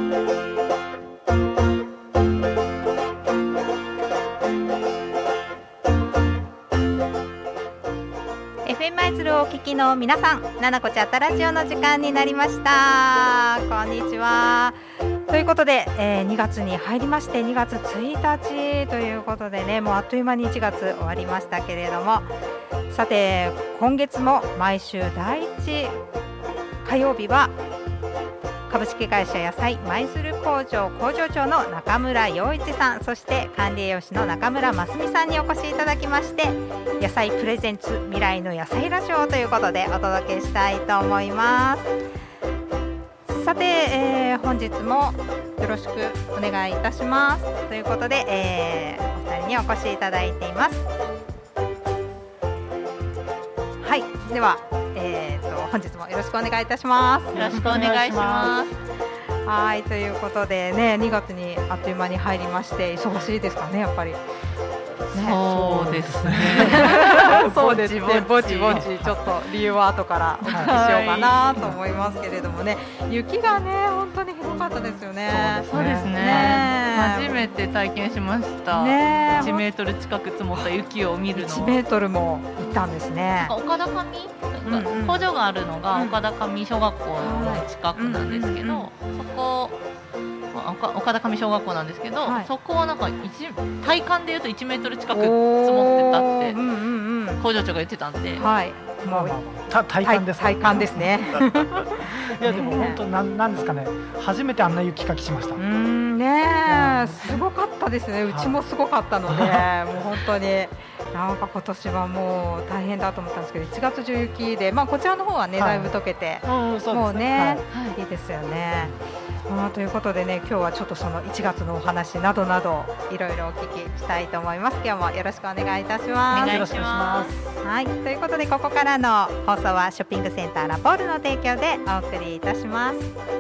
FM 舞鶴をお聞きの皆さん、ななこちゃったラジオの時間になりました。こんにちは。ということで、2月に入りまして2月1日ということでね、もうあっという間に1月終わりましたけれども、さて今月も毎週第1火曜日は株式会社野菜舞鶴工場工場長の中村洋一さん、そして管理栄養士の中村真澄さんにお越しいただきまして、野菜プレゼンツ未来の野菜ラジオということでお届けしたいと思います。さて、本日もよろしくお願いいたしますということで、お二人にお越しいただいています。はい、では本日もよろしくお願いいたします。 よろしくお願いします。 はい、ということでね、2月にあっという間に入りまして、忙しいですかね、やっぱり。 そうですね。 そうですね。ぼちぼちちょっと理由は後からお聞きしようかなと思いますけれどもね、雪がね本当にひどかったですよね。 そうですね。初めて体験しました。 ね、 1メートル近く積もった雪を見るの。 1メートルも行ったんですね。 岡田上、工場があるのが岡田上小学校の近くなんですけど、そこ岡田上小学校なんですけど、そこはなんか体感でいうと1メートル近く積もってたって工場長が言ってたんで、 はい、 もう体感です。 体感ですね。 いやでも本当なんですかね、初めてあんな雪かきしました。 ね、すごかったですね。うちもすごかったので、もう本当になんか今年はもう大変だと思ったんですけど、1月中雪で、まあこちらの方はねだいぶ溶けて、もうねいいですよね。ということでね、今日はちょっとその1月のお話などなどいろいろお聞きしたいと思います。今日もよろしくお願いいたします。 お願いします。 はい、ということでここからの放送はショッピングセンターラポールの提供でお送りいたします。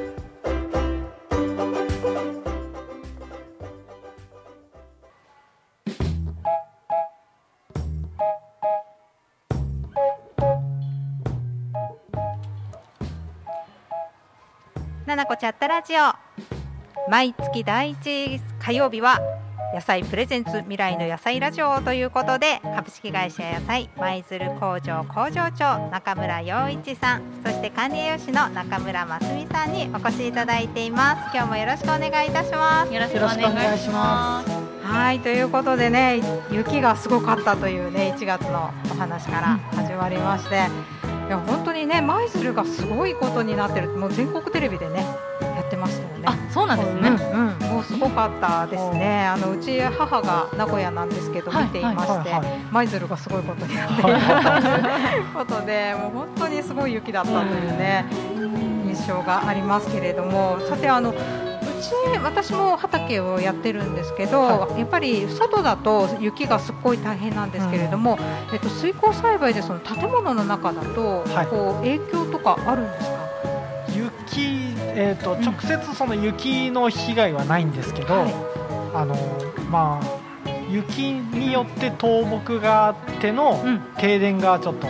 ななこチャットラジオ、毎月第1火曜日は野菜プレゼンツ未来の野菜ラジオということで、株式会社野菜舞鶴工場工場長中村洋一さん、そして管理栄養士の中村真澄さんにお越しいただいています。今日もよろしくお願いいたします。 よろしくお願いします。 はい、ということでね、雪がすごかったというね1月のお話から始まりまして、いや本当にね舞鶴がすごいことになってる。もう全国テレビでねやってましたよね。 あ、そうなんですね。 もうすごかったですね。うち母が名古屋なんですけど見ていまして、舞鶴がすごいことになっているということで、もう本当にすごい雪だったというね印象がありますけれども、さて私も畑をやってるんですけど、やっぱり外だと雪がすっごい大変なんですけれども、水耕栽培でその建物の中だとこう影響とかあるんですか？ 雪、直接その雪の被害はないんですけど、まあ雪によって倒木があっての停電がちょっと、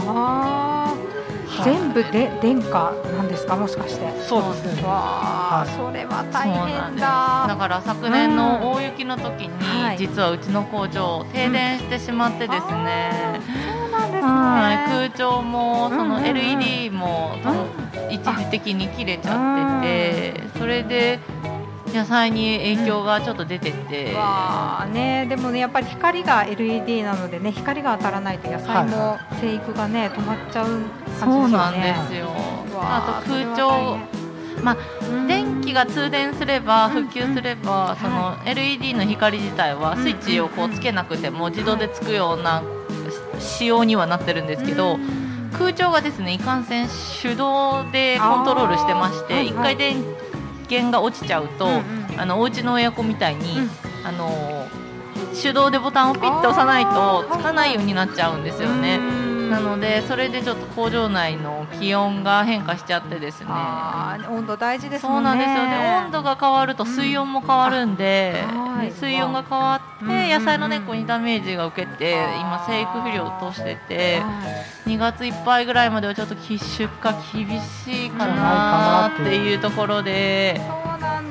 全部で電化なんですか、もしかして。 そうですね。 それは大変だ。 だから昨年の大雪の時に、実はうちの工場停電してしまってですね、 そうなんですね。 空調もその LED も一時的に切れちゃってて、それで野菜に影響がちょっと出てて、 でもねやっぱり光が LED なのでね、光が当たらないと野菜も生育がね止まっちゃう感じですよね。 そうなんですよ。あと空調、電気が通電すれば復旧すれば、その LED の光自体はスイッチをこうつけなくても自動でつくような仕様にはなってるんですけど、空調がですねいかんせん手動でコントロールしてまして、一回電源が落ちちゃうと、お家のエアコンみたいに、手動でボタンをピッと押さないとつかないようになっちゃうんですよね。なのでそれでちょっと工場内の気温が変化しちゃってですね。 温度大事ですもんね。 そうなんですよね。温度が変わると水温も変わるんで、水温が変わって野菜の根っこにダメージが受けて、今生育不良としてて、2月いっぱいぐらいまではちょっと出荷厳しいかなっていうところで。 そうなんで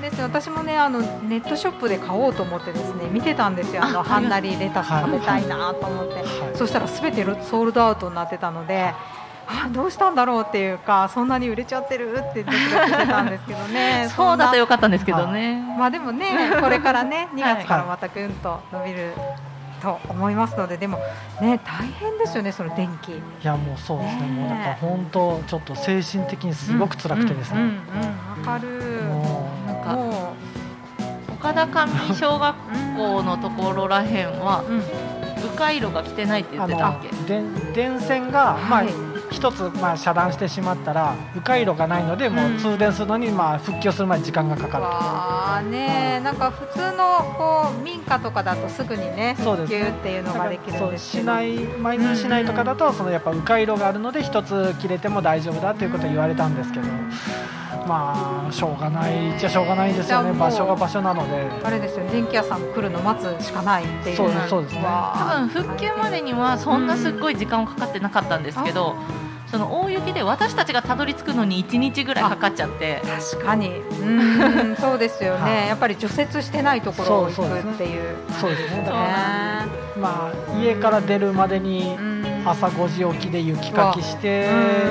ですね。私もねネットショップで買おうと思ってですね見てたんですよ。はんなりレタス食べたいなと思って、そしたらすべてソールドアウトになってたので、どうしたんだろうっていうか、そんなに売れちゃってるってドキドキしてたんですけどねそうだとよかったんですけどね。 まあでもねこれからね2月からまたぐんと伸びると思いますので、でもね大変ですよね、その電気。いやもうそうですね、もうなんか本当ちょっと精神的にすごく辛くてですね。 わかる。 なんか岡田上小学校のところらへんは迂回路が来てないって言ってたっけ。 電線がまあ一つ遮断してしまったら迂回路がないので、もう通電するのに復旧するまで時間がかかると。 ね、なんか普通のこう民家とかだとすぐにね復旧っていうのができるんですけど、 舞鶴市内とかだとそのやっぱ迂回路があるので一つ切れても大丈夫だということを言われたんですけど、まあしょうがないじゃしょうがないですよね。場所が場所なのであれですよ、電気屋さん来るの待つしかないっていう。 そうですね。 多分復旧までにはそんなすっごい時間はかかってなかったんですけど、その大雪で私たちがたどり着くのに1日ぐらいかかっちゃって。 確かにそうですよね、やっぱり除雪してないところを行くっていう。 そうですね。だからまあ家から出るまでに朝5時起きで雪かきして、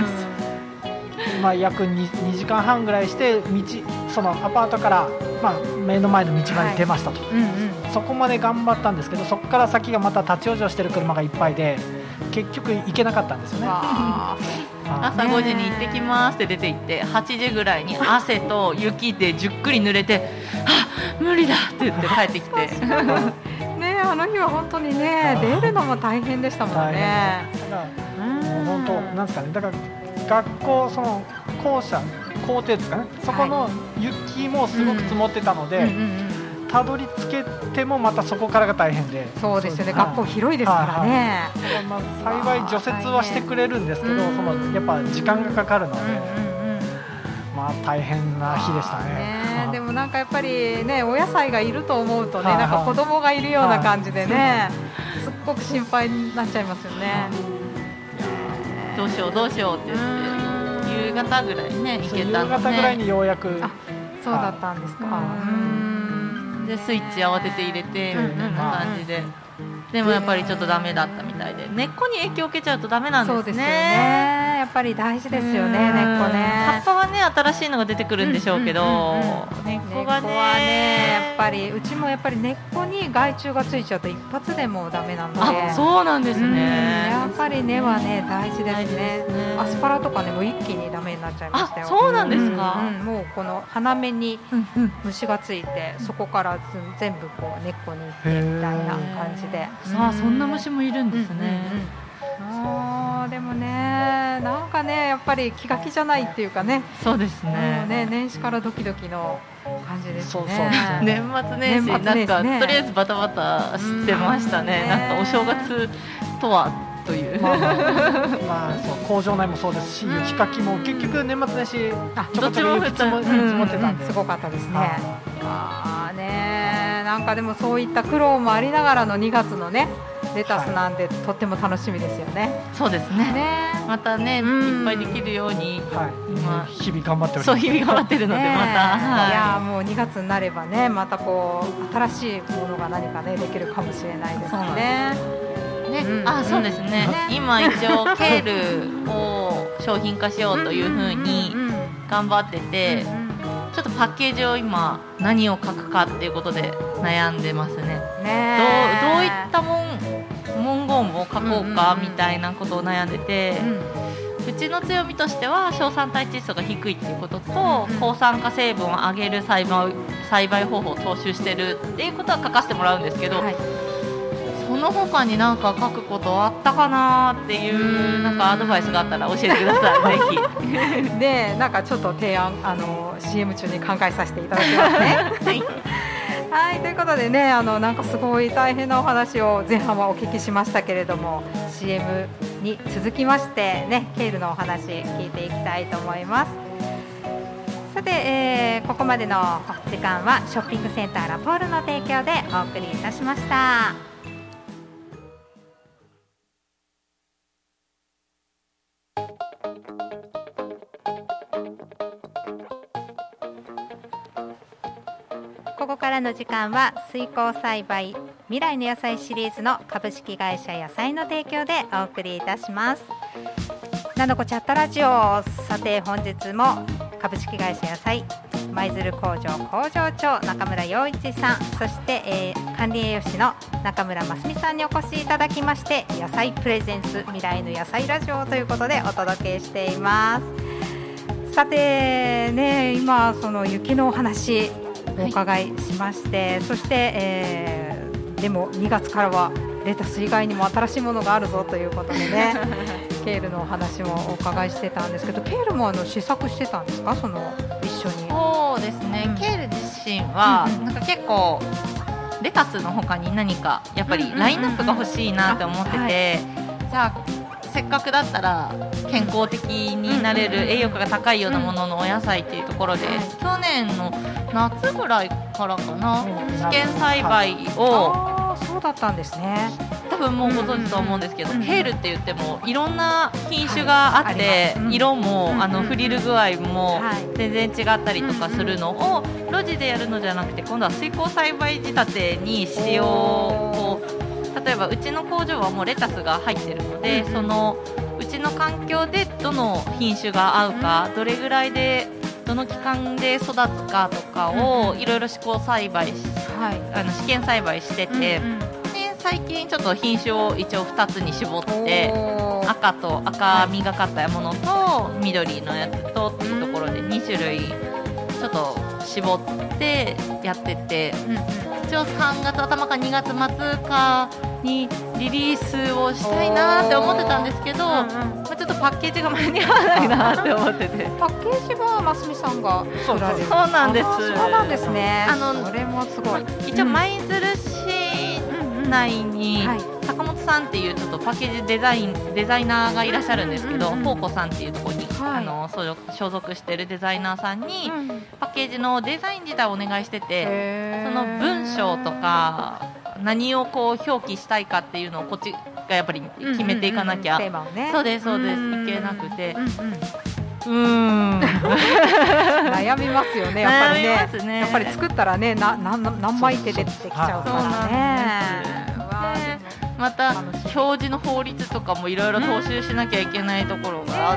約 2時間半ぐらいしてそのアパートから、目の前の道まで出ましたと、そこまで頑張ったんですけど、そこから先がまた立ち往生してる車がいっぱいで結局行けなかったんですよね。 朝5時に行ってきますって出て行って、8時ぐらいに汗と雪でじゅっくり濡れて無理だって言って帰ってきてね、あの日は本当にね出るのも大変でしたもんね。 もう本当なんですかね、だから学校その校庭ですかね、そこの雪もすごく積もってたので、たどり着けてもまたそこからが大変で。そうですよね、 学校広いですからね。 幸い除雪はしてくれるんですけど、そのやっぱ時間がかかるので、大変な日でしたね。 でもなんかやっぱりね、お野菜がいると思うとね、なんか子供がいるような感じでね、すっごく心配になっちゃいますよね。 どうしようどうしようって言って夕方ぐらいね行けたのね。 夕方ぐらいにようやく。 そうだったんですか。 でスイッチ慌てて入れてみたいな感じで、でもやっぱりちょっとダメだったみたいで、根っこに影響を受けちゃうとダメなんですね。 そうですよね、やっぱり大事ですよね、根っこね。 葉っぱはね新しいのが出てくるんでしょうけど、根っこがねやっぱりうちもやっぱり根っこに害虫がついちゃうと一発でもダメなので。 そうなんですね。 やっぱり根はね大事ですね。アスパラとかねもう一気にダメになっちゃいましたよ。 そうなんですか。 もうこの花芽に虫がついて、そこから全部こう根っこに行ってみたいな感じで。 そんな虫もいるんですね。 でもね、なんかねやっぱり気が気じゃないっていうかね。 そうですね。 年始からドキドキの感じですね。 年末年始なんかとりあえずバタバタしてましたね。なんかお正月とはという。 工場内もそうですし、雪かきも結局年末年始どっちも雪積もってたんで、 すごかったですね。なんかでもそういった苦労もありながらの2月のねレタスなんで、とっても楽しみですよね。 そうですね。またねいっぱいできるように今日々頑張っております。 そう日々頑張ってるので、またいやもう2月になればねまたこう新しいものが何かねできるかもしれないですね。 そうですね。今一応ケールを商品化しようというふうに頑張ってて、ちょっとパッケージを今何を書くかっていうことで悩んでますね。どういった文言を書こうかみたいなことを悩んでて、うちの強みとしては硝酸体窒素が低いっていうことと、抗酸化成分を上げる栽培方法を踏襲してるっていうことは書かせてもらうんですけど、その他に何か書くことあったかなっていうなんかアドバイスがあったら教えてください。ぜひ。 でなんかちょっと提案CM 中に考えさせていただきますね。はい、ということでねなんかすごい大変なお話を前半はお聞きしましたけれども、 CM に続きましてねケールのお話聞いていきたいと思います。さて、ここまでの時間はショッピングセンターラポールの提供でお送りいたしました。 ここからの時間は水耕栽培未来の野菜シリーズの株式会社野菜の提供でお送りいたします。なのこチャットラジオ、さて本日も株式会社野菜舞鶴工場工場長中村陽一さん、そして、管理栄養士の中村真澄さんにお越しいただきまして、野菜プレゼンス未来の野菜ラジオということでお届けしています。さてね、今その雪のお話お伺いしまして、はい、そして、でも2月からはレタス以外にも新しいものがあるぞということでねケールのお話もお伺いしてたんですけど、ケールも試作してたんですか、その一緒に。 そうですね、ケール自身は、なんか結構レタスの他に何かやっぱりラインナップが欲しいなって思ってて、じゃあせっかくだったら健康的になれる栄養価が高いようなもののお野菜っていうところで、去年の夏ぐらいからかな、試験栽培を、 そうだったんですね。 多分もうご存知と思うんですけど、ケールって言ってもいろんな品種があって、色もフリル具合も全然違ったりとかするのを露地でやるのじゃなくて、今度は水耕栽培仕立てにしよう。例えばうちの工場はもうレタスが入ってるので、そのうちの環境でどの品種が合うか、どれぐらいでどの期間で育つかとかをいろいろ試行栽培し、試験栽培してて、で最近ちょっと品種を一応2つに絞って、赤みがかったものと緑のやつとっていうところで2種類ちょっと絞ってやってて、一応3月頭か2月末かにリリースをしたいなって思ってたんですけど、ちょっとパッケージが間に合わないなって思ってて。 パッケージは真澄さんが作られる。 そうなんです。 そうなんですね。それもすごい。 一応舞鶴市内に坂本さんっていうちょっとパッケージデザイナーがいらっしゃるんですけど、宝庫さんっていうところに所属してるデザイナーさんにパッケージのデザイン自体をお願いしてて、その文章とか何をこう表記したいかっていうのをこっちがやっぱり決めていかなきゃ、そうですそうです、いけなくて、 悩みますよね、やっぱりね。 悩みますね。 やっぱり作ったらね、何枚手で出てきちゃうからね。 また表示の法律とかもいろいろ踏襲しなきゃいけないところがあって、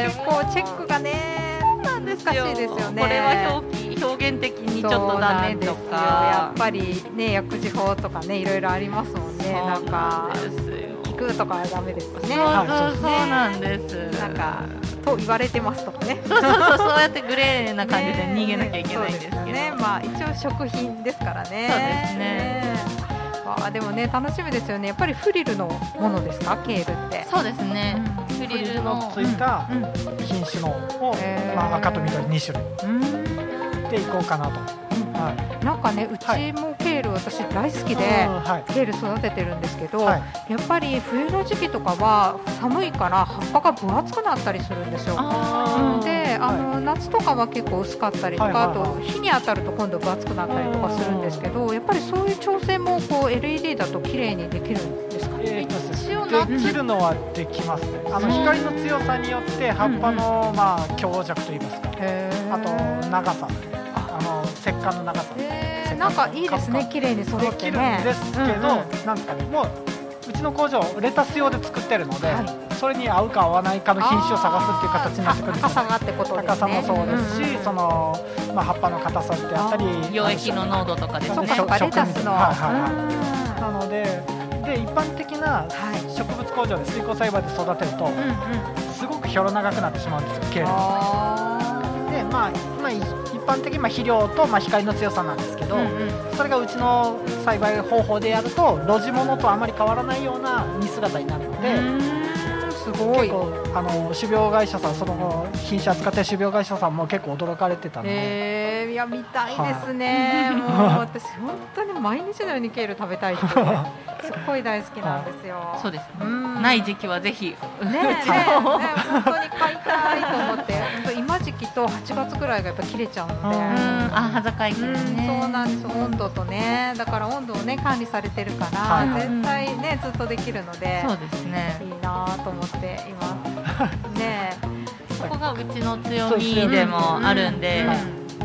こうチェックがね、難しいですよね。 これは表現的にちょっとダメとか、 やっぱりね、薬事法とかね、いろいろありますもんね。なんか聞くとかはダメですね。 そうなんです。 なんかと言われてますとかね。 そうやってグレーな感じで逃げなきゃいけないんですけどね。 まあ一応食品ですからね。 そうですね。 でもね、楽しみですよね。やっぱりフリルのものですか、ケールって。 そうですね。フリルのついた品種のを、赤と緑2種類でいこうかなと。 なんかね、うちもケール私大好きで、ケール育ててるんですけど、やっぱり冬の時期とかは寒いから葉っぱが分厚くなったりするんですよ。で、夏とかは結構薄かったりとか、あと日に当たると今度分厚くなったりとかするんですけど、やっぱりそういう調整もこう LED だと綺麗にできるんですかね。 できるのはできますね。光の強さによって葉っぱの強弱といいますか、あと長さ、石棺の長さ、 なんかいいですね、綺麗に揃ってね。 できるんですけど、なんですかね、もううちの工場レタス用で作ってるので、それに合うか合わないかの品種を探すっていう形になってくるんです。 高さがってことですね。 高さもそうですし、その葉っぱの硬さであったり、 溶液の濃度とかですね。 レタスの。 なので一般的な植物工場で水耕栽培で育てると、すごくひょろ長くなってしまうんですよ、ケール。で、一般的に肥料と光の強さなんですけど、それがうちの栽培方法でやると露地物とあまり変わらないような実姿になるので、すごい結構種苗会社さん、その品種扱ってる種苗会社さんも結構驚かれてたので、 いや見たいですね。もう私本当に毎日のようにケール食べたいってすっごい大好きなんですよ。 そうですね。ない時期はぜひ本当に買いたいと思って、今時期と8月ぐらいがやっぱ切れちゃうので、 葉坂駅ですね。 そうなんです。温度とね、だから温度をね管理されてるから絶対ねずっとできるので、 そうですね。 いいなと思っていますね。 そこがうちの強みでもあるんで、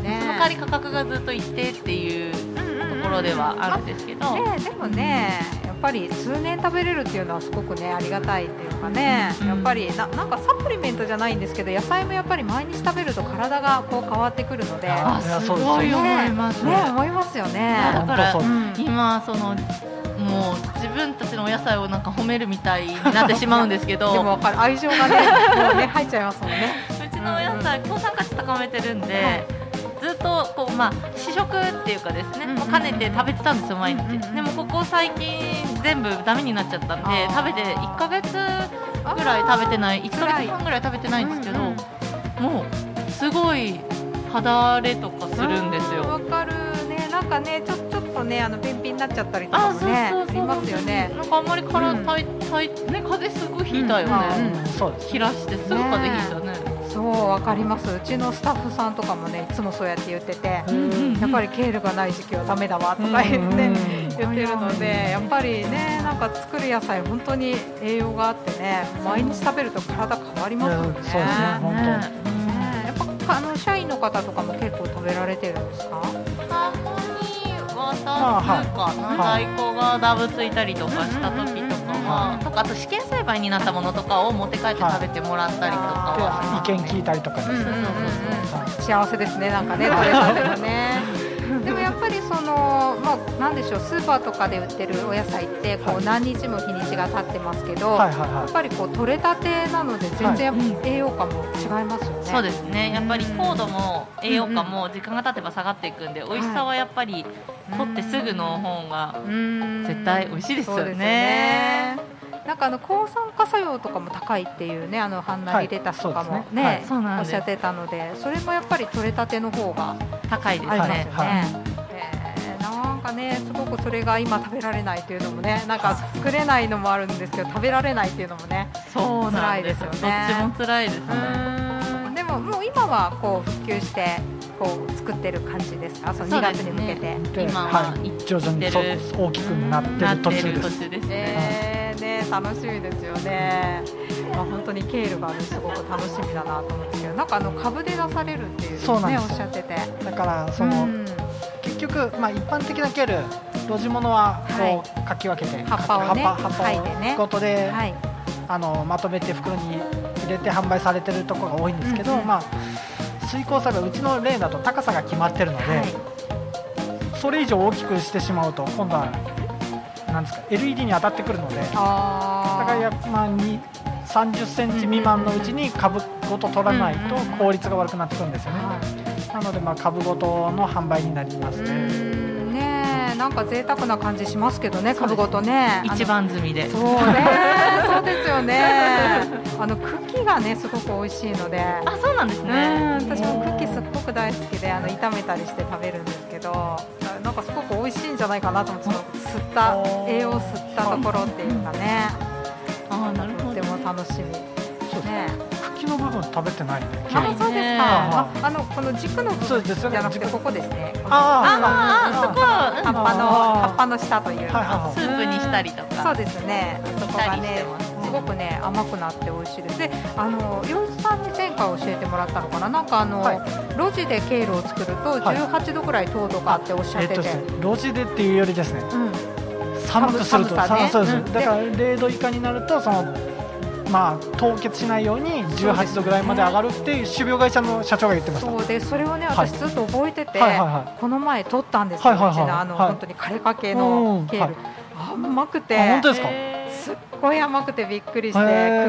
ね。 その代わり価格がずっと一定っていうところではあるんですけど、 でもね、やっぱり数年食べれるっていうのはすごくねありがたいっていうかね、やっぱりなんかサプリメントじゃないんですけど、野菜もやっぱり毎日食べると体がこう変わってくるので、 すごい思いますね、思いますよね。 だから今もう自分たちのお野菜をなんか褒めるみたいになってしまうんですけどでも分かる、愛情がねもうね入っちゃいますもんね。 うちのお野菜抗酸化値高めてるんで、ずっとこう、試食っていうかですね、兼ねて食べてたんですよ毎日。でもここ最近全部ダメになっちゃったんで、食べて1ヶ月ぐらい食べてない、1ヶ月半ぐらい食べてないんですけど、もうすごい肌荒れとかするんですよ。 わかるね、なんかねちょっとね便秘になっちゃったりとかもねありますよね。 なんかあんまり風邪すぐひいたよね。冷らしてすぐ風邪ひいたね。 そうわかります。うちのスタッフさんとかもねいつもそうやって言ってて、やっぱりケールがない時期はダメだわとか言ってるので、やっぱりねなんか作る野菜本当に栄養があってね、毎日食べると体変わりますよね。 そうですね、本当。 やっぱ社員の方とかも結構食べられてるんですか？ たまに私かな、在庫がダブついたりとかした時とかは、あと試験栽培になったものとかを持って帰って食べてもらったりとかは意見聞いたりとかですね。 幸せですね、なんかね食べたてもね。でもやっぱりなんでしょう、スーパーとかで売ってるお野菜ってこう何日も日にちが経ってますけど、やっぱりこう取れたてなので全然栄養価も違いますよね。 そうですね、やっぱり糖度も栄養価も時間が経てば下がっていくんで、美味しさはやっぱり取ってすぐの方が絶対美味しいですよね。 なんか抗酸化作用とかも高いっていうね、はんなりレタスとかもねおっしゃってたので、それもやっぱり取れたての方が高いですね。 なんかねすごくそれが今食べられないというのもね、なんか作れないのもあるんですけど食べられないっていうのもね、 そう辛いですよね。 どっちも辛いですね。 でももう今はこう復旧してこう作ってる感じですか？その2月に向けて。 今は徐々に大きくなってる途中ですね。楽しみですよね。本当にケールがすごく楽しみだなと思うんですけど、なんか株で出されるっていうねおっしゃってて、 だから結局一般的なケール、露地物はこうかき分けて葉っぱをねごとでまとめて袋に入れて販売されてるところが多いんですけど、水耕栽培うちの例だと高さが決まってるので、それ以上大きくしてしまうと今度はなんですか LED に当たってくるので、だから30センチ未満のうちに株ごと取らないと効率が悪くなってくるんですよね。なので株ごとの販売になりますね。 なんか贅沢な感じしますけどね、株ごとね。 一番摘みで。 そうですよね。茎がねすごく美味しいので。 そうなんですね。 私も茎すっごく大好きで炒めたりして食べるんですけど、なんかすごく美味しいんじゃないかなと思って、栄養を吸ったところっていうかね。 なるほど。 とても楽しみ。 茎の部分食べてないね。 そうですか。この軸の部分じゃなくてここですね。 そこは葉っぱの下というかスープにしたりとか。 そうですね。そこがねすごくね甘くなって美味しいです。で、洋一さんに前回教えてもらったのかな。なんか露地でケールを作ると18度ぐらい糖度があっておっしゃってて。 露地でっていうよりですね。寒くするとそうです。だから0度以下になると凍結しないように18度ぐらいまで上がるっていう種苗会社の社長が言ってました。 そうで、それをね私ずっと覚えてて、この前取ったんですよ。うちの本当に枯れかけのケール、甘くて、 本当ですか？ すっごい甘くてびっくりして、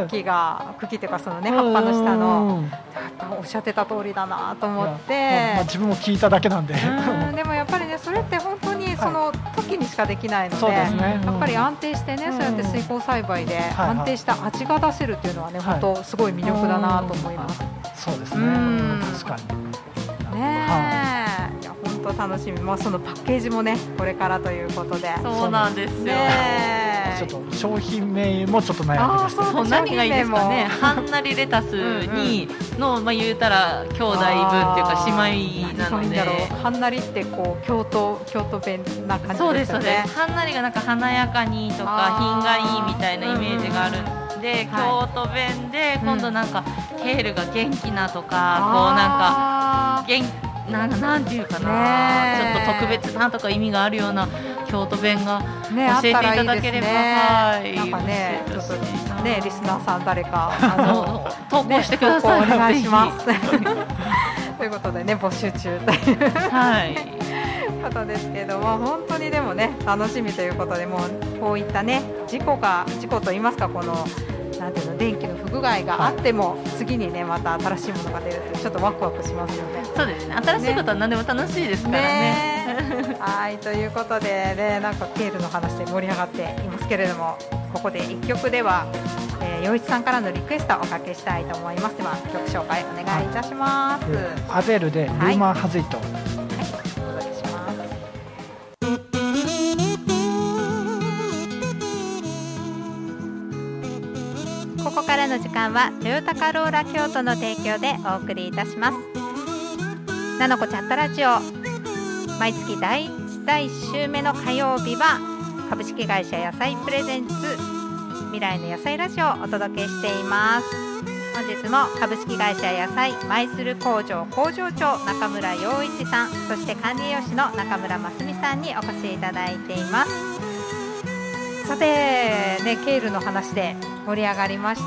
茎っていうかそのね葉っぱの下のおっしゃってた通りだなと思って、 自分も聞いただけなんで。 でもやっぱりねそれって本当にその時にしかできないので、やっぱり安定してねそうやって水耕栽培で安定した味が出せるっていうのはね本当すごい魅力だなと思います。 そうですね。確かに。 いや本当楽しみ。そのパッケージもねこれからということで。 そうなんですよ。 ちょっと商品名もちょっと悩みました。 何がいいですかね。はんなりレタスにの言うたら兄弟分っていうか姉妹なので。 はんなりってこう京都弁な感じですよね。 そうですそうです。はんなりがなんか華やかにとか品がいいみたいなイメージがあるんで、京都弁で今度なんかケールが元気なとかこうなんかなんていうかな、 ね、 ちょっと特別なとか意味があるような京都弁がね、 教えていただければ、 はい、なんかね、ちょっとね、リスナーさん誰か投稿してください、 ね、お願いしますということでね、募集中ということですけども、本当にでもね、楽しみということで、もうこういったね、事故といいますか、このなんていうの、電気の不具合があっても、次にね、また新しいものが出るとちょっとワクワクしますよね。 そうですね、新しいことは何でも楽しいですからね。 はい、ということでね、なんかケールの話で盛り上がっていますけれども、ここで1曲では、陽一さんからのリクエストをおかけしたいと思います。では曲紹介お願いいたします。 アデルでルーマーハズイト、 お届けします。ここからの時間はトヨタカローラ京都の提供でお送りいたします。ななこチャットラジオ、毎月第1週目の火曜日は株式会社野菜プレゼンツ未来の野菜ラジオをお届けしています。本日も株式会社野菜舞鶴工場工場長中村陽一さん、そして管理栄養士の中村真澄さんにお越しいただいています。さてね、ケールの話で盛り上がりました、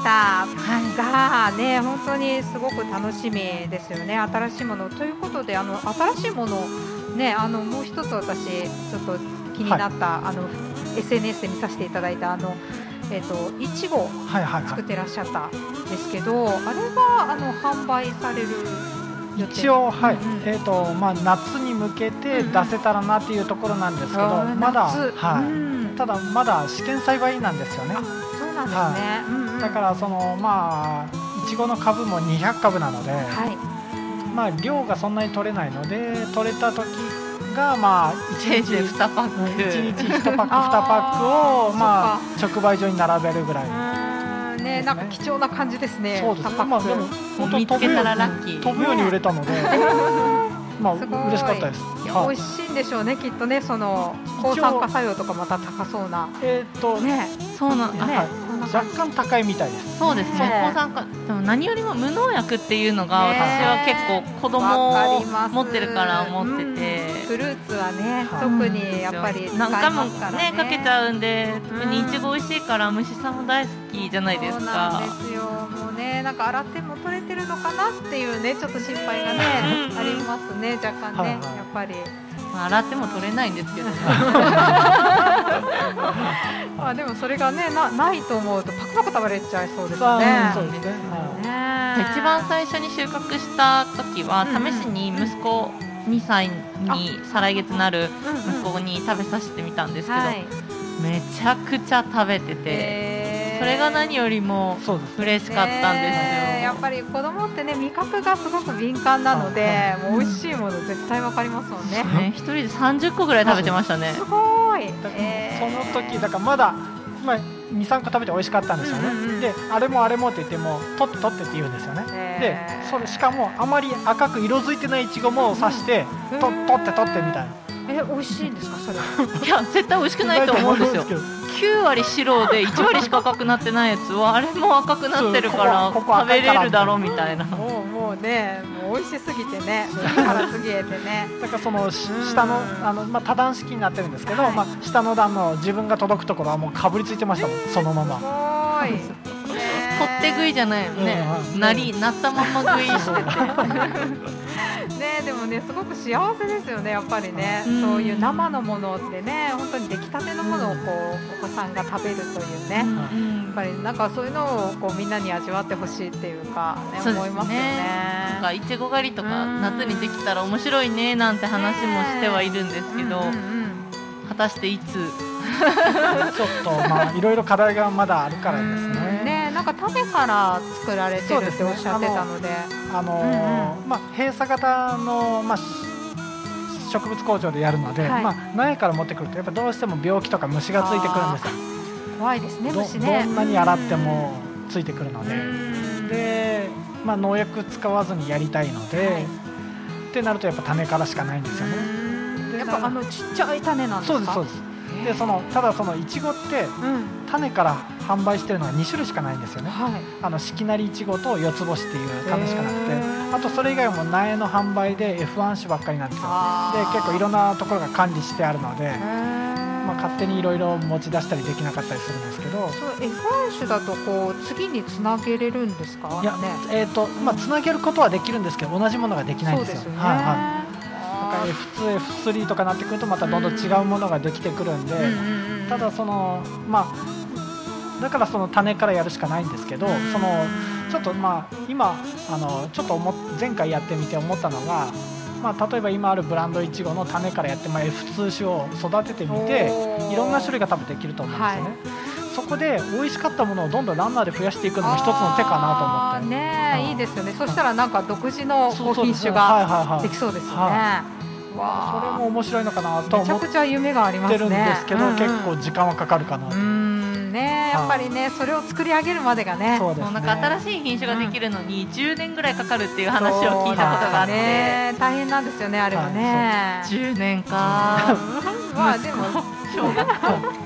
がね、本当にすごく楽しみですよね、新しいものということで、新しいものね、もう一つ私ちょっと気になった、SNS で見させていただいたいちご作ってらっしゃったんですけど、あれが販売される一応、夏に向けて出せたらなっていうところなんですけど、まだ、ただまだ試験栽培なんですよね。 そうなんですね。 だからいちごの株も200株なので、量がそんなに取れないので、取れた時が 1日2パック、 1日1パック2パックを直売所に並べるぐらいね、なんか貴重な感じですね。 そうですね。でも見つけたらラッキー、 飛ぶように売れたので、嬉しかったです。 美味しいんでしょうね、きっとね。その抗酸化作用とかまた高そうな。 そうなんね。 若干高いみたいです。 そうですね。抗酸化、でも何よりも無農薬っていうのが、私は結構子供を持ってるから思ってて、 フルーツはね、特にやっぱり何回もねかけちゃうんで、特にいちご美味しいから虫さんも大好きじゃないですか。 そうなんですよ。もうね、なんか洗っても取れてるのかなっていうね、ちょっと心配がねありますね、若干ね、やっぱり。 洗っても取れないんですけどね。 でもそれがね、ないと思うとパクパク食べれちゃいそうですね。 そうですね。 一番最初に収穫した時は、試しに息子2歳に再来月なる息子に食べさせてみたんですけど、めちゃくちゃ食べてて、それが何よりも嬉しかったんですよ。 やっぱり子供ってね、味覚がすごく敏感なので、もう美味しいもの絶対わかりますもんね。 一人で30個ぐらい食べてましたね。 すごい。 その時だからまだ2、3個食べて美味しかったんですよね。で、あれもあれもって言っても取ってって言うんですよね。で、それしかもあまり赤く色づいてないイチゴも刺して取ってみたいな。 美味しいんですか、それ。 いや、絶対美味しくないと思うんですよ。9割白で1割しか赤くなってないやつは、あれも赤くなってるから食べれるだろうみたいな。 もうね、もう美味しすぎてね、次から次へてね。 だからその下の多段式になってるんですけど、下の段の自分が届くところはもうかぶりついてましたもん、そのまま。 すごい。 取って食いじゃないよね。なったまま食いしてて。 ね、でもね、すごく幸せですよね、やっぱりね。そういう生のものってね、本当に出来たてのものをお子さんが食べるというね、やっぱりなんかそういうのをみんなに味わってほしいっていうか、思いますよね。 なんかいちご狩りとか夏にできたら面白いねなんて話もしてはいるんですけど、果たしていつちょっといろいろ課題がまだあるからですね。 なんか種から作られてるっておっしゃってたので、 閉鎖型の植物工場でやるので、苗から持ってくるとやっぱどうしても病気とか虫がついてくるんですよ。 怖いですね、虫ね。 どんなに洗ってもついてくるので、農薬使わずにやりたいので、ってなるとやっぱ種からしかないんですよね。 やっぱちっちゃい種なんですか？ そうです。 でただそのいちごって種から販売してるのが2種類しかないんですよね、はい、四季なりいちごと四つ星っていう種しかなくて、あとそれ以外も苗の販売で F1 種ばっかりなんですよ。で結構いろんなところが管理してあるので、勝手にいろいろ持ち出したりできなかったりするんですけど、 F1 種だとこう次につなげれるんですか？ いや、つなげることはできるんですけど同じものができないんですよ。そうですよね。はいはい、F2、F3 とかなってくるとまたどんどん違うものができてくるんで、ただだからその種からやるしかないんですけど、ちょっと今ちょっと前回やってみて思ったのが、例えば今あるブランドいちごの種からやって、F2 種を育ててみていろんな種類が多分できると思うんですよね、はい、そこで美味しかったものをどんどんランナーで増やしていくのも一つの手かなと思ってね、いいですよね。そしたらなんか独自の品種ができそうですよね。 それも面白いのかなと思ってるんですけど、 めちゃくちゃ夢がありますね。 結構時間はかかるかなと。 やっぱりね、それを作り上げるまでがね、 そうですね、なんか新しい品種ができるのに10年ぐらいかかるっていう話を聞いたことがあって、 大変なんですよね、あれはね。 10年かまあでも小学校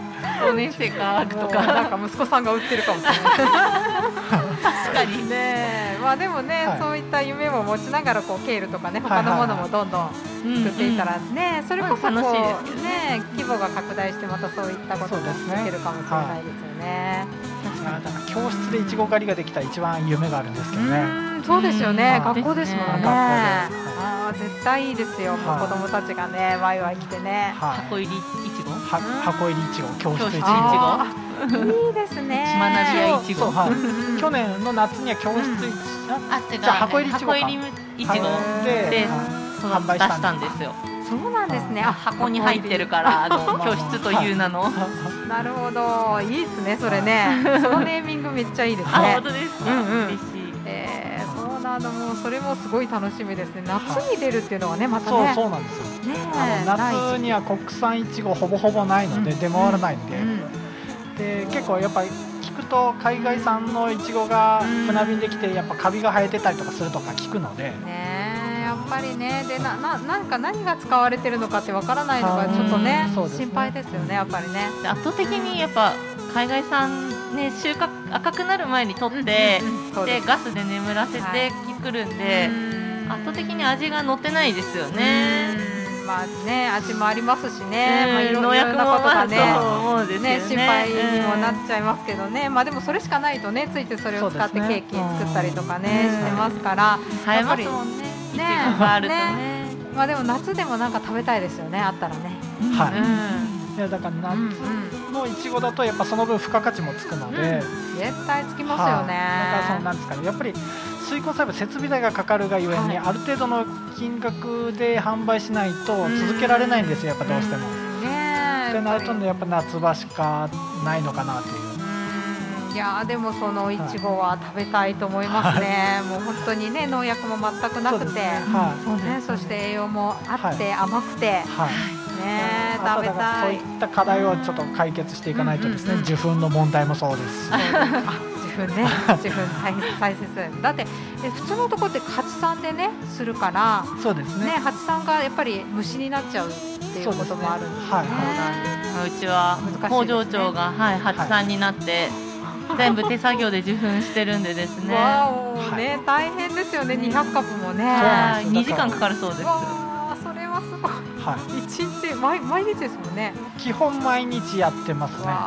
5年生かとかなんか息子さんが売ってるかもしれない確かにね。でもね、そういった夢も持ちながらこうケールとかね、他のものもどんどん作っていったらね、それこそこう楽しいですね、 規模が拡大してまたそういったことも続けるかもしれないですよね。 だから教室でいちご狩りができたら一番夢があるんですけどね。 そうですよね、学校ですもんね。絶対いいですよ、子供たちがねワイワイ来てね。 箱入りいちご、 箱入りいちご、教室いちご、 いいですね。 学びやいちご、 去年の夏には教室箱入りいちごで販売したんですよ。 そうなんですね。 箱に入ってるから教室という名のなるほど、いいですねそれね。そのネーミングめっちゃいいですね。 本当ですか？嬉しい。 そうなの、もうそれもすごい楽しみですね。夏に出るっていうのはね、またね。 そうなんですよ。夏には国産いちごほぼほぼないので出回らないんで、結構やっぱり聞くと海外産のいちごが船便できてやっぱカビが生えてたりとかするとか聞くので。 やっぱりね、でなんか何が使われてるのかってわからないのがちょっとね、心配ですよね、やっぱりね。 圧倒的にやっぱ海外産ね、収穫赤くなる前に取って、でガスで眠らせてくるんで、圧倒的に味が乗ってないですよね。 味もありますしね、いろんなことがね心配にもなっちゃいますけどね。でもそれしかないとね、ついてそれを使ってケーキ作ったりとかねしてますから、 映えますもんね。いちごがあるとね。 でも夏でもなんか食べたいですよね、あったらね。 いやだから夏のいちごだとやっぱその分付加価値もつくので、 絶対つきますよね。 だからなんですかね、やっぱり水耕栽培設備代がかかるがゆえに、ある程度の金額で販売しないと続けられないんですよ、やっぱどうしても。ってなるとやっぱ夏場しかないのかなという。 いやでもそのいちごは食べたいと思いますね。もう本当にね、農薬も全くなくて、そして栄養もあって甘くて、食べたい。 そういった課題をちょっと解決していかないとですね、受粉の問題もそうですし。 受粉ね、受粉大切だって。普通のところって蜂産でねするから、 そうですね、 蜂産がやっぱり虫になっちゃうっていうこともあるんですよね。 うちは工場長が蜂産になって全部手作業で受粉してるんでですね。 大変ですよね、200株もね。 2時間かかるそうです。 それはすごい。一日毎日ですもんね。 基本毎日やってますね。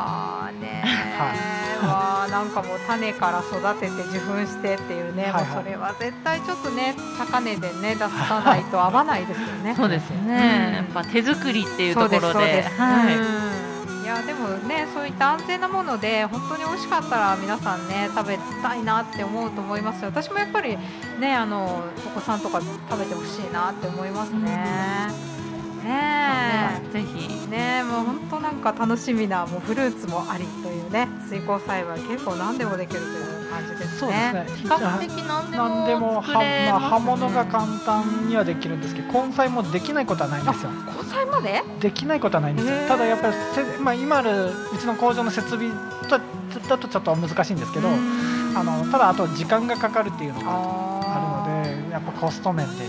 なんかもう種から育てて受粉してっていうね、もうそれは絶対ちょっとね高値でね出さないと合わないですよね。 そうですね。やっぱ手作りっていうところで。 いやでもね、そういった安全なもので本当に美味しかったら皆さんね食べたいなって思うと思いますよ。私もやっぱりねお子さんとか食べてほしいなって思いますね。 ぜひね、もう本当なんか楽しみな、もうフルーツもありというね、水耕栽培結構何でもできるという感じですね。 そうですね。 比較的何でも作れますね。 葉物が簡単にはできるんですけど、根菜もできないことはないんですよ。 根菜までできないことはないんですよ。ただやっぱり今あるうちの工場の設備だとちょっと難しいんですけど、ただあと時間がかかるっていうのがあるので、やっぱコスト面で。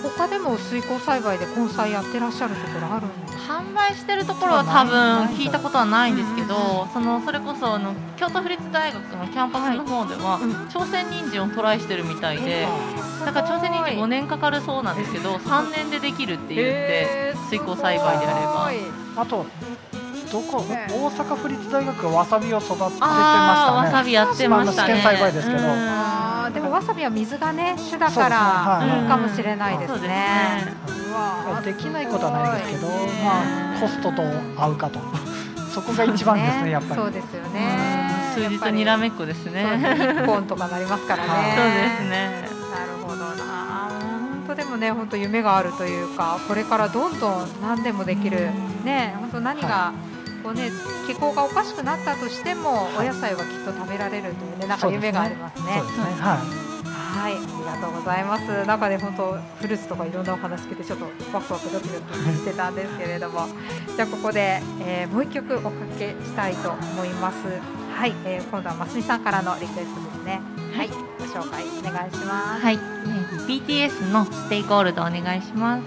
他でも水耕栽培で根菜やってらっしゃるところあるんですか？ 販売してるところは多分聞いたことはないんですけど、それこそ京都府立大学のキャンパスの方では、朝鮮人参をトライしてるみたいで、だから朝鮮人参5年かかるそうなんですけど、3年でできるって言って、水耕栽培であれば。 あと大阪府立大学はわさびを育ててましたね。 わさびやってましたね。 試験栽培ですけど、 でもわさびは水がね主だからいいかもしれないですね。 できないことはないですけど、コストと合うかとそこが一番ですね、やっぱり。 そうですよね。 数字とにらめっこですね。 1本とかなりますからね。 そうですね。 なるほどな。本当でもね、本当夢があるというか、これからどんどん何でもできるね。本当何がこうね、気候がおかしくなったとしても、お野菜はきっと食べられるというね、なんか夢がありますね。 そうですね。はい、 ありがとうございます。中で本当フルーツとかいろんなお話聞いてちょっとワクワクドキドキしてたんですけれども、じゃあここで、もう一曲おかけしたいと思います。はい、今度はますみさんからのリクエストですね。はい、ご紹介お願いします。 はい、BTS のステイゴールドお願いします。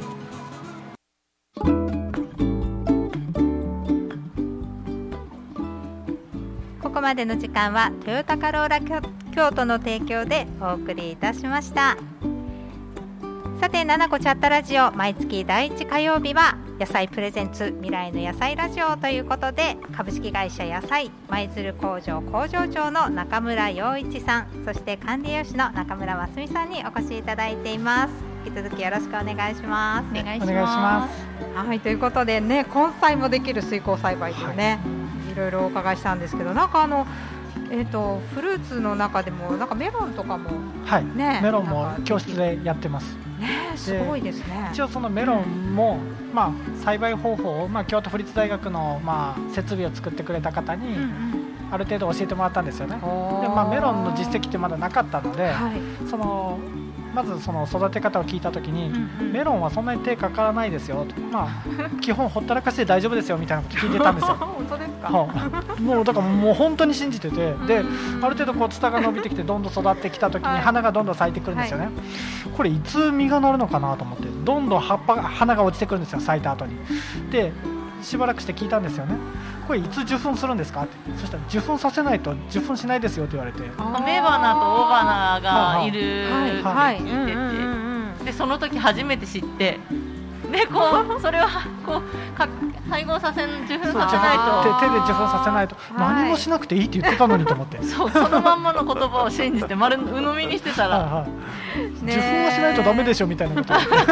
ここまでの時間はトヨタカローラ京都の提供でお送りいたしました。さて、ななこチャットラジオ、毎月第1火曜日は野菜プレゼンツ未来の野菜ラジオということで、株式会社野菜舞鶴工場工場長の中村洋一さん、そして管理栄養士の中村真澄さんにお越しいただいています。引き続きよろしくお願いします。 お願いします。 はい、ということでね、根菜もできる水耕栽培というね、いろいろお伺いしたんですけど、なんかフルーツの中でもなんかメロンとかも、 メロンも教室でやってます。 すごいですね。 一応そのメロンも、栽培方法を、京都府立大学の、設備を作ってくれた方にある程度教えてもらったんですよね。で、メロンの実績ってまだなかったので、まずその育て方を聞いたときに、メロンはそんなに手かからないですよと、基本ほったらかしで大丈夫ですよみたいなこと聞いてたんですよ。 本当ですか？ もうだからもう本当に信じてて、である程度こうツタが伸びてきてどんどん育ってきたときに花がどんどん咲いてくるんですよね。これいつ実がなるのかなと思って、どんどん花が落ちてくるんですよ、咲いた後に。でしばらくして聞いたんですよね。これいつ受粉するんですかって。そしたら受粉させないと受粉しないですよって言われて、 雌花と大花がいるって聞いてて、でその時初めて知って、でそれを配合させ受粉させないと、 手で受粉させないと何もしなくていいって言ってたのにと思って、 そのまんまの言葉を信じて鵜呑みにしてたら受粉はしないとダメでしょみたいなこと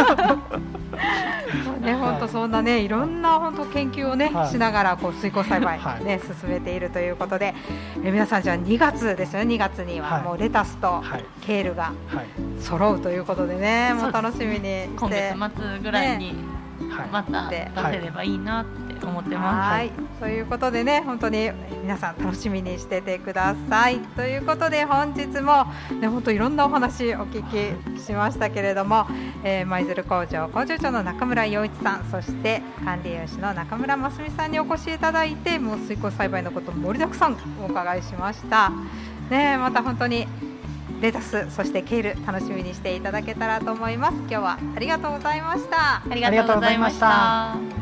本当そんなね、いろんな本当研究をね、しながら水耕栽培ね、進めているということで、皆さんじゃあ2月ですよね。2月にはもうレタスとケールが揃うということでね、もう楽しみにして、 今月末ぐらいにまた出せればいいなって思ってます。 ということでね、本当に皆さん楽しみにしててください。ということで本日もね、本当いろんなお話お聞きしましたけれども、舞鶴工場工場長の中村洋一さん、そして管理栄養士の中村真澄さんにお越しいただいて、もう水耕栽培のこと盛りだくさんお伺いしましたね。また本当にレタス、そしてケール楽しみにしていただけたらと思います。今日はありがとうございました。 ありがとうございました。